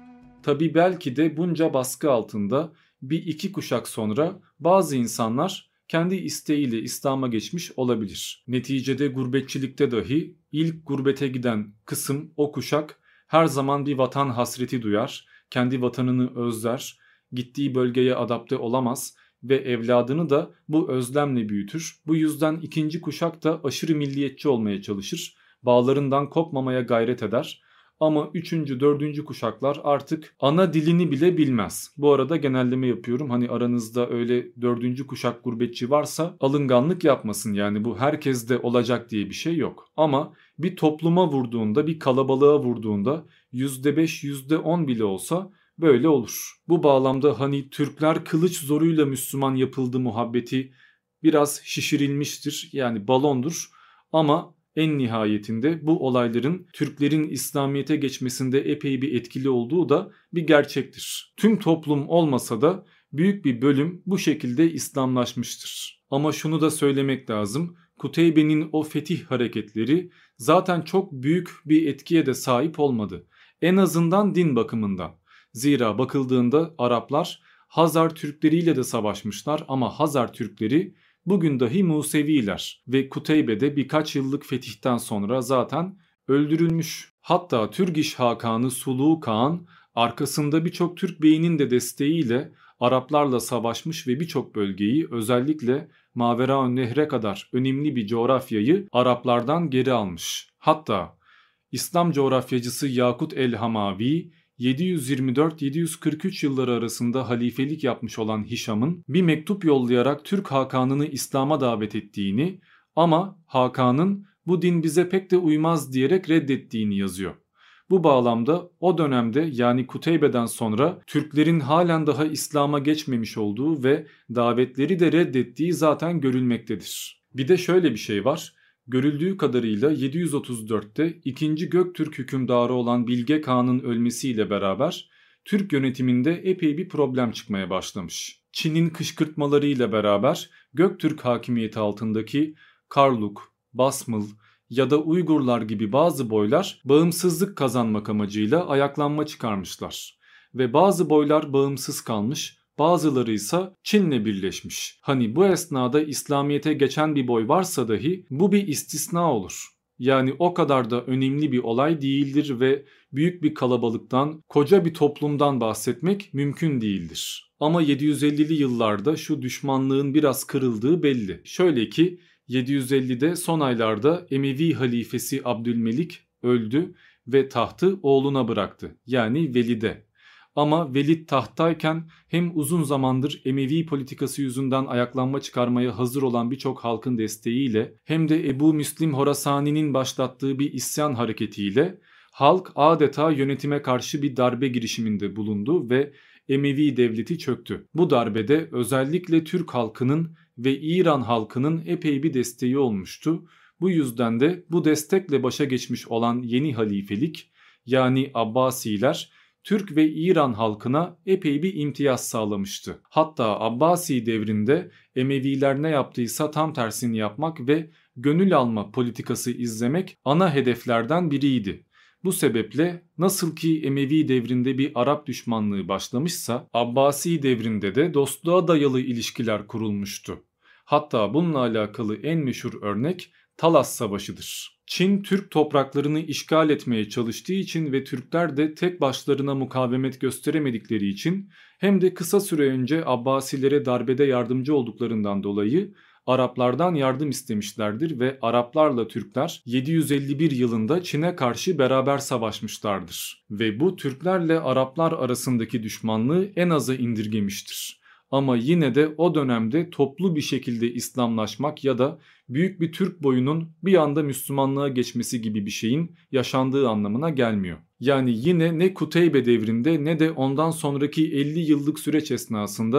Tabi belki de bunca baskı altında bir iki kuşak sonra bazı insanlar kendi isteğiyle İslam'a geçmiş olabilir. Neticede gurbetçilikte dahi ilk gurbete giden kısım, o kuşak her zaman bir vatan hasreti duyar, kendi vatanını özler, gittiği bölgeye adapte olamaz ve evladını da bu özlemle büyütür. Bu yüzden ikinci kuşak da aşırı milliyetçi olmaya çalışır, bağlarından kopmamaya gayret eder. Ama üçüncü, dördüncü kuşaklar artık ana dilini bile bilmez. Bu arada genelleme yapıyorum. Hani aranızda öyle dördüncü kuşak gurbetçi varsa alınganlık yapmasın. Yani bu herkeste olacak diye bir şey yok. Ama bir topluma vurduğunda, bir kalabalığa vurduğunda yüzde beş, yüzde on bile olsa böyle olur. Bu bağlamda hani Türkler kılıç zoruyla Müslüman yapıldı muhabbeti biraz şişirilmiştir. Yani balondur ama en nihayetinde bu olayların Türklerin İslamiyet'e geçmesinde epey bir etkili olduğu da bir gerçektir. Tüm toplum olmasa da büyük bir bölüm bu şekilde İslamlaşmıştır. Ama şunu da söylemek lazım. Kuteybe'nin o fetih hareketleri zaten çok büyük bir etkiye de sahip olmadı. En azından din bakımından. Zira bakıldığında Araplar Hazar Türkleriyle de savaşmışlar ama Hazar Türkleri bugün dahi Museviler ve Kuteybe'de birkaç yıllık fetihten sonra zaten öldürülmüş. Hatta Türgiş Hakanı Suluğ Kağan arkasında birçok Türk beyinin de desteğiyle Araplarla savaşmış ve birçok bölgeyi, özellikle Maveraun Nehre kadar önemli bir coğrafyayı Araplardan geri almış. Hatta İslam coğrafyacısı Yakut el-Hamavi yedi yüz yirmi dört yedi yüz kırk üç yılları arasında halifelik yapmış olan Hişam'ın bir mektup yollayarak Türk Hakan'ını İslam'a davet ettiğini ama Hakan'ın bu din bize pek de uymaz diyerek reddettiğini yazıyor. Bu bağlamda o dönemde, yani Kuteybe'den sonra Türklerin halen daha İslam'a geçmemiş olduğu ve davetleri de reddettiği zaten görülmektedir. Bir de şöyle bir şey var. Görüldüğü kadarıyla yedi yüz otuz dörtte ikinci Göktürk hükümdarı olan Bilge Kağan'ın ölmesiyle beraber Türk yönetiminde epey bir problem çıkmaya başlamış. Çin'in kışkırtmalarıyla beraber Göktürk hakimiyeti altındaki Karluk, Basmıl ya da Uygurlar gibi bazı boylar bağımsızlık kazanmak amacıyla ayaklanma çıkarmışlar. Ve bazı boylar bağımsız kalmış, bazıları ise Çin'le birleşmiş. Hani bu esnada İslamiyet'e geçen bir boy varsa dahi bu bir istisna olur. Yani o kadar da önemli bir olay değildir ve büyük bir kalabalıktan, koca bir toplumdan bahsetmek mümkün değildir. Ama yedi yüz ellili yıllarda şu düşmanlığın biraz kırıldığı belli. Şöyle ki yedi yüz ellide son aylarda Emevi halifesi Abdülmelik öldü ve tahtı oğluna bıraktı. Yani Velid'e. Ama Velid tahttayken hem uzun zamandır Emevi politikası yüzünden ayaklanma çıkarmaya hazır olan birçok halkın desteğiyle hem de Ebu Müslim Horasani'nin başlattığı bir isyan hareketiyle halk adeta yönetime karşı bir darbe girişiminde bulundu ve Emevi devleti çöktü. Bu darbede özellikle Türk halkının ve İran halkının epey bir desteği olmuştu. Bu yüzden de bu destekle başa geçmiş olan yeni halifelik, yani Abbasiler, Türk ve İran halkına epey bir imtiyaz sağlamıştı. Hatta Abbasi devrinde Emeviler ne yaptıysa tam tersini yapmak ve gönül alma politikası izlemek ana hedeflerden biriydi. Bu sebeple nasıl ki Emevi devrinde bir Arap düşmanlığı başlamışsa Abbasi devrinde de dostluğa dayalı ilişkiler kurulmuştu. Hatta bununla alakalı en meşhur örnek Talas Savaşı'dır. Çin Türk topraklarını işgal etmeye çalıştığı için ve Türkler de tek başlarına mukavemet gösteremedikleri için hem de kısa süre önce Abbasilere darbede yardımcı olduklarından dolayı Araplardan yardım istemişlerdir ve Araplarla Türkler yedi yüz elli bir yılında Çin'e karşı beraber savaşmışlardır. Ve bu Türklerle Araplar arasındaki düşmanlığı en aza indirgemiştir. Ama yine de o dönemde toplu bir şekilde İslamlaşmak ya da büyük bir Türk boyunun bir anda Müslümanlığa geçmesi gibi bir şeyin yaşandığı anlamına gelmiyor. Yani yine ne Kuteybe devrinde ne de ondan sonraki elli yıllık süreç esnasında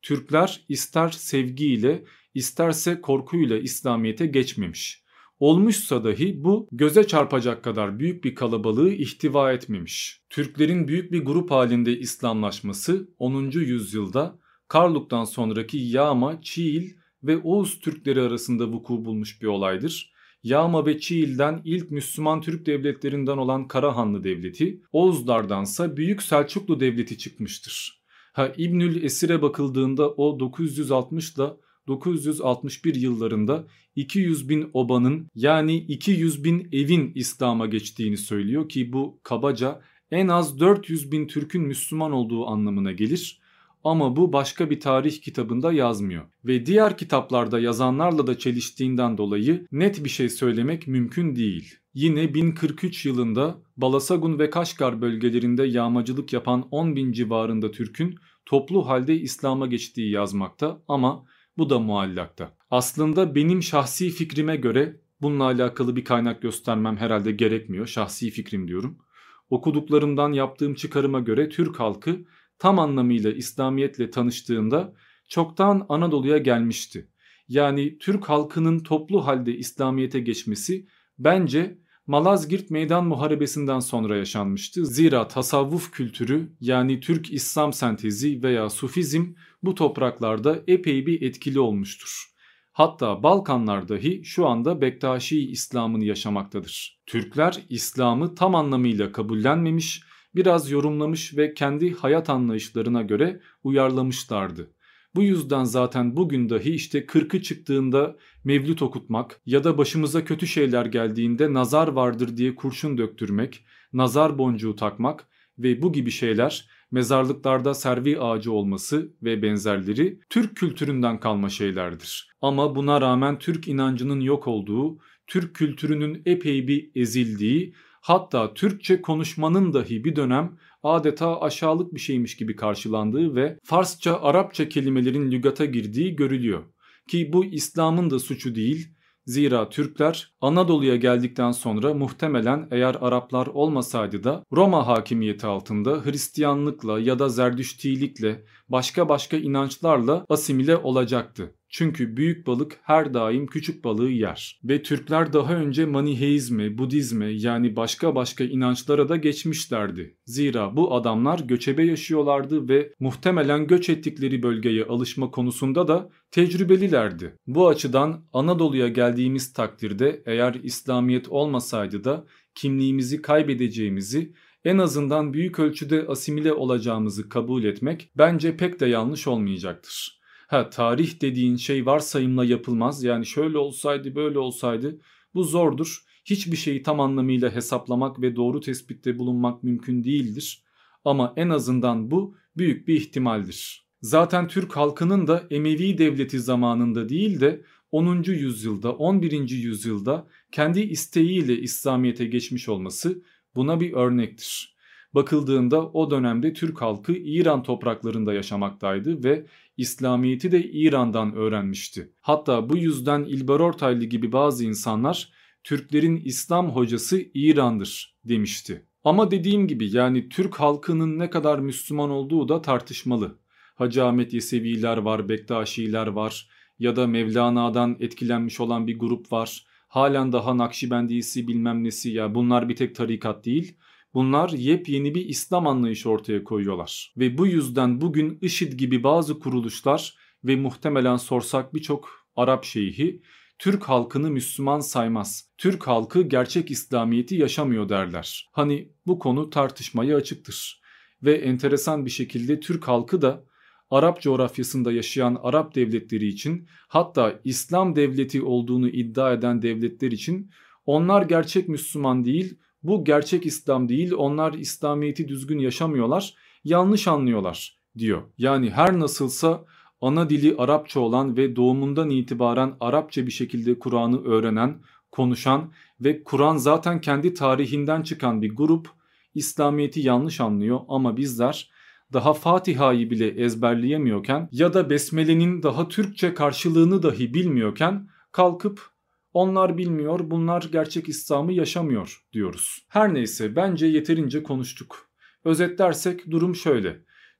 Türkler ister sevgiyle isterse korkuyla İslamiyet'e geçmemiş. Olmuşsa dahi bu göze çarpacak kadar büyük bir kalabalığı ihtiva etmemiş. Türklerin büyük bir grup halinde İslamlaşması onuncu yüzyılda Karluk'tan sonraki Yağma, Çiğil ve Oğuz Türkleri arasında vuku bulmuş bir olaydır. Yağma ve Çiğil'den ilk Müslüman Türk devletlerinden olan Karahanlı Devleti, Oğuzlardansa Büyük Selçuklu Devleti çıkmıştır. Ha, İbnül Esir'e bakıldığında o dokuz yüz altmış ile dokuz yüz altmış bir yıllarında iki yüz bin obanın yani iki yüz bin evin İslam'a geçtiğini söylüyor ki bu kabaca en az dört yüz bin Türk'ün Müslüman olduğu anlamına gelir. Ama bu başka bir tarih kitabında yazmıyor ve diğer kitaplarda yazanlarla da çeliştiğinden dolayı net bir şey söylemek mümkün değil. Yine bin kırk üç yılında Balasagun ve Kaşgar bölgelerinde yağmacılık yapan on bin civarında Türk'ün toplu halde İslam'a geçtiği yazmakta ama bu da muallakta. Aslında benim şahsi fikrime göre bununla alakalı bir kaynak göstermem herhalde gerekmiyor. Şahsi fikrim diyorum. Okuduklarımdan yaptığım çıkarıma göre Türk halkı tam anlamıyla İslamiyet'le tanıştığında çoktan Anadolu'ya gelmişti. Yani Türk halkının toplu halde İslamiyet'e geçmesi bence Malazgirt Meydan Muharebesi'nden sonra yaşanmıştı. Zira tasavvuf kültürü yani Türk İslam sentezi veya Sufizm bu topraklarda epey bir etkili olmuştur. Hatta Balkanlar dahi şu anda Bektaşi İslam'ını yaşamaktadır. Türkler İslam'ı tam anlamıyla kabullenmemiş, biraz yorumlamış ve kendi hayat anlayışlarına göre uyarlamışlardı. Bu yüzden zaten bugün dahi işte kırkı çıktığında mevlüt okutmak ya da başımıza kötü şeyler geldiğinde nazar vardır diye kurşun döktürmek, nazar boncuğu takmak ve bu gibi şeyler, mezarlıklarda servi ağacı olması ve benzerleri Türk kültüründen kalma şeylerdir. Ama buna rağmen Türk inancının yok olduğu, Türk kültürünün epey bir ezildiği, hatta Türkçe konuşmanın dahi bir dönem adeta aşağılık bir şeymiş gibi karşılandığı ve Farsça, Arapça kelimelerin lügata girdiği görülüyor. Ki bu İslam'ın da suçu değil. Zira Türkler Anadolu'ya geldikten sonra muhtemelen eğer Araplar olmasaydı da Roma hakimiyeti altında Hristiyanlıkla ya da Zerdüştilikle başka başka inançlarla asimile olacaktı. Çünkü büyük balık her daim küçük balığı yer. Ve Türkler daha önce Maniheizme, Budizme yani başka başka inançlara da geçmişlerdi. Zira bu adamlar göçebe yaşıyorlardı ve muhtemelen göç ettikleri bölgeye alışma konusunda da tecrübelilerdi. Bu açıdan Anadolu'ya geldiğimiz takdirde eğer İslamiyet olmasaydı da kimliğimizi kaybedeceğimizi, en azından büyük ölçüde asimile olacağımızı kabul etmek bence pek de yanlış olmayacaktır. Ha, tarih dediğin şey varsayımla yapılmaz. Yani şöyle olsaydı böyle olsaydı bu zordur. Hiçbir şeyi tam anlamıyla hesaplamak ve doğru tespitte bulunmak mümkün değildir. Ama en azından bu büyük bir ihtimaldir. Zaten Türk halkının da Emevi devleti zamanında değil de onuncu yüzyılda on birinci yüzyılda kendi isteğiyle İslamiyet'e geçmiş olması buna bir örnektir. Bakıldığında o dönemde Türk halkı İran topraklarında yaşamaktaydı ve İslamiyet'i de İran'dan öğrenmişti. Hatta bu yüzden İlber Ortaylı gibi bazı insanlar Türklerin İslam hocası İran'dır demişti. Ama dediğim gibi yani Türk halkının ne kadar Müslüman olduğu da tartışmalı. Hacı Ahmet Yeseviler var, Bektaşiler var ya da Mevlana'dan etkilenmiş olan bir grup var. Halen daha Nakşibendisi bilmem nesi, ya bunlar bir tek tarikat değil. Bunlar yepyeni bir İslam anlayışı ortaya koyuyorlar. Ve bu yüzden bugün IŞİD gibi bazı kuruluşlar ve muhtemelen sorsak birçok Arap şeyhi Türk halkını Müslüman saymaz. Türk halkı gerçek İslamiyet'i yaşamıyor derler. Hani bu konu tartışmaya açıktır. Ve enteresan bir şekilde Türk halkı da Arap coğrafyasında yaşayan Arap devletleri için, hatta İslam devleti olduğunu iddia eden devletler için onlar gerçek Müslüman değil, bu gerçek İslam değil, onlar İslamiyet'i düzgün yaşamıyorlar, yanlış anlıyorlar diyor. Yani her nasılsa ana dili Arapça olan ve doğumundan itibaren Arapça bir şekilde Kur'an'ı öğrenen, konuşan ve Kur'an zaten kendi tarihinden çıkan bir grup İslamiyet'i yanlış anlıyor ama bizler daha Fatiha'yı bile ezberleyemiyorken ya da Besmele'nin daha Türkçe karşılığını dahi bilmiyorken kalkıp onlar bilmiyor, bunlar gerçek İslam'ı yaşamıyor diyoruz. Her neyse, bence yeterince konuştuk. Özetlersek durum şöyle.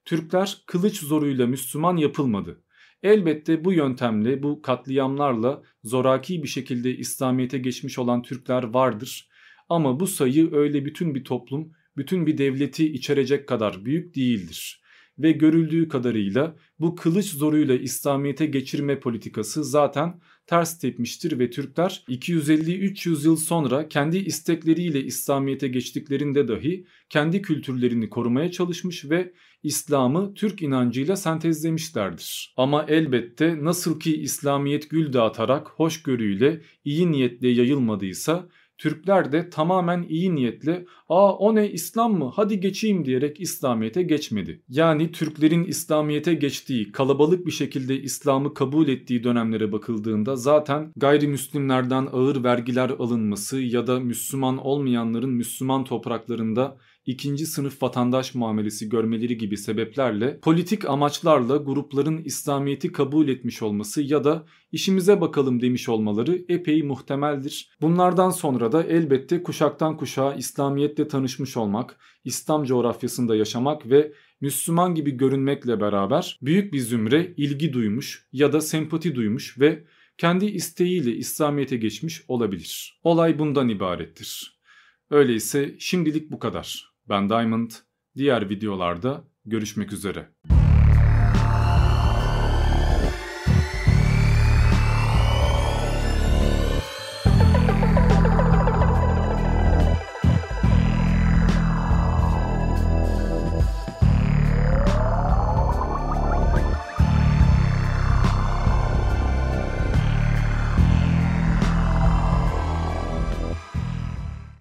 Türkler kılıç zoruyla Müslüman yapılmadı. Elbette bu yöntemle, bu katliamlarla zoraki bir şekilde İslamiyet'e geçmiş olan Türkler vardır. Ama bu sayı öyle bütün bir toplum, bütün bir devleti içerecek kadar büyük değildir. Ve görüldüğü kadarıyla bu kılıç zoruyla İslamiyet'e geçirme politikası zaten ters tepmiştir ve Türkler iki yüz elli üç yüz yıl sonra kendi istekleriyle İslamiyet'e geçtiklerinde dahi kendi kültürlerini korumaya çalışmış ve İslam'ı Türk inancıyla sentezlemişlerdir. Ama elbette nasıl ki İslamiyet gül dağıtarak hoşgörüyle, iyi niyetle yayılmadıysa Türkler de tamamen iyi niyetle "Aa o ne, İslam mı? Hadi geçeyim" diyerek İslamiyet'e geçmedi. Yani Türklerin İslamiyet'e geçtiği, kalabalık bir şekilde İslam'ı kabul ettiği dönemlere bakıldığında zaten gayrimüslimlerden ağır vergiler alınması ya da Müslüman olmayanların Müslüman topraklarında ikinci sınıf vatandaş muamelesi görmeleri gibi sebeplerle politik amaçlarla grupların İslamiyet'i kabul etmiş olması ya da işimize bakalım demiş olmaları epey muhtemeldir. Bunlardan sonra da elbette kuşaktan kuşağa İslamiyetle tanışmış olmak, İslam coğrafyasında yaşamak ve Müslüman gibi görünmekle beraber büyük bir zümre ilgi duymuş ya da sempati duymuş ve kendi isteğiyle İslamiyet'e geçmiş olabilir. Olay bundan ibarettir. Öyleyse şimdilik bu kadar. Ben Diamond, diğer videolarda görüşmek üzere.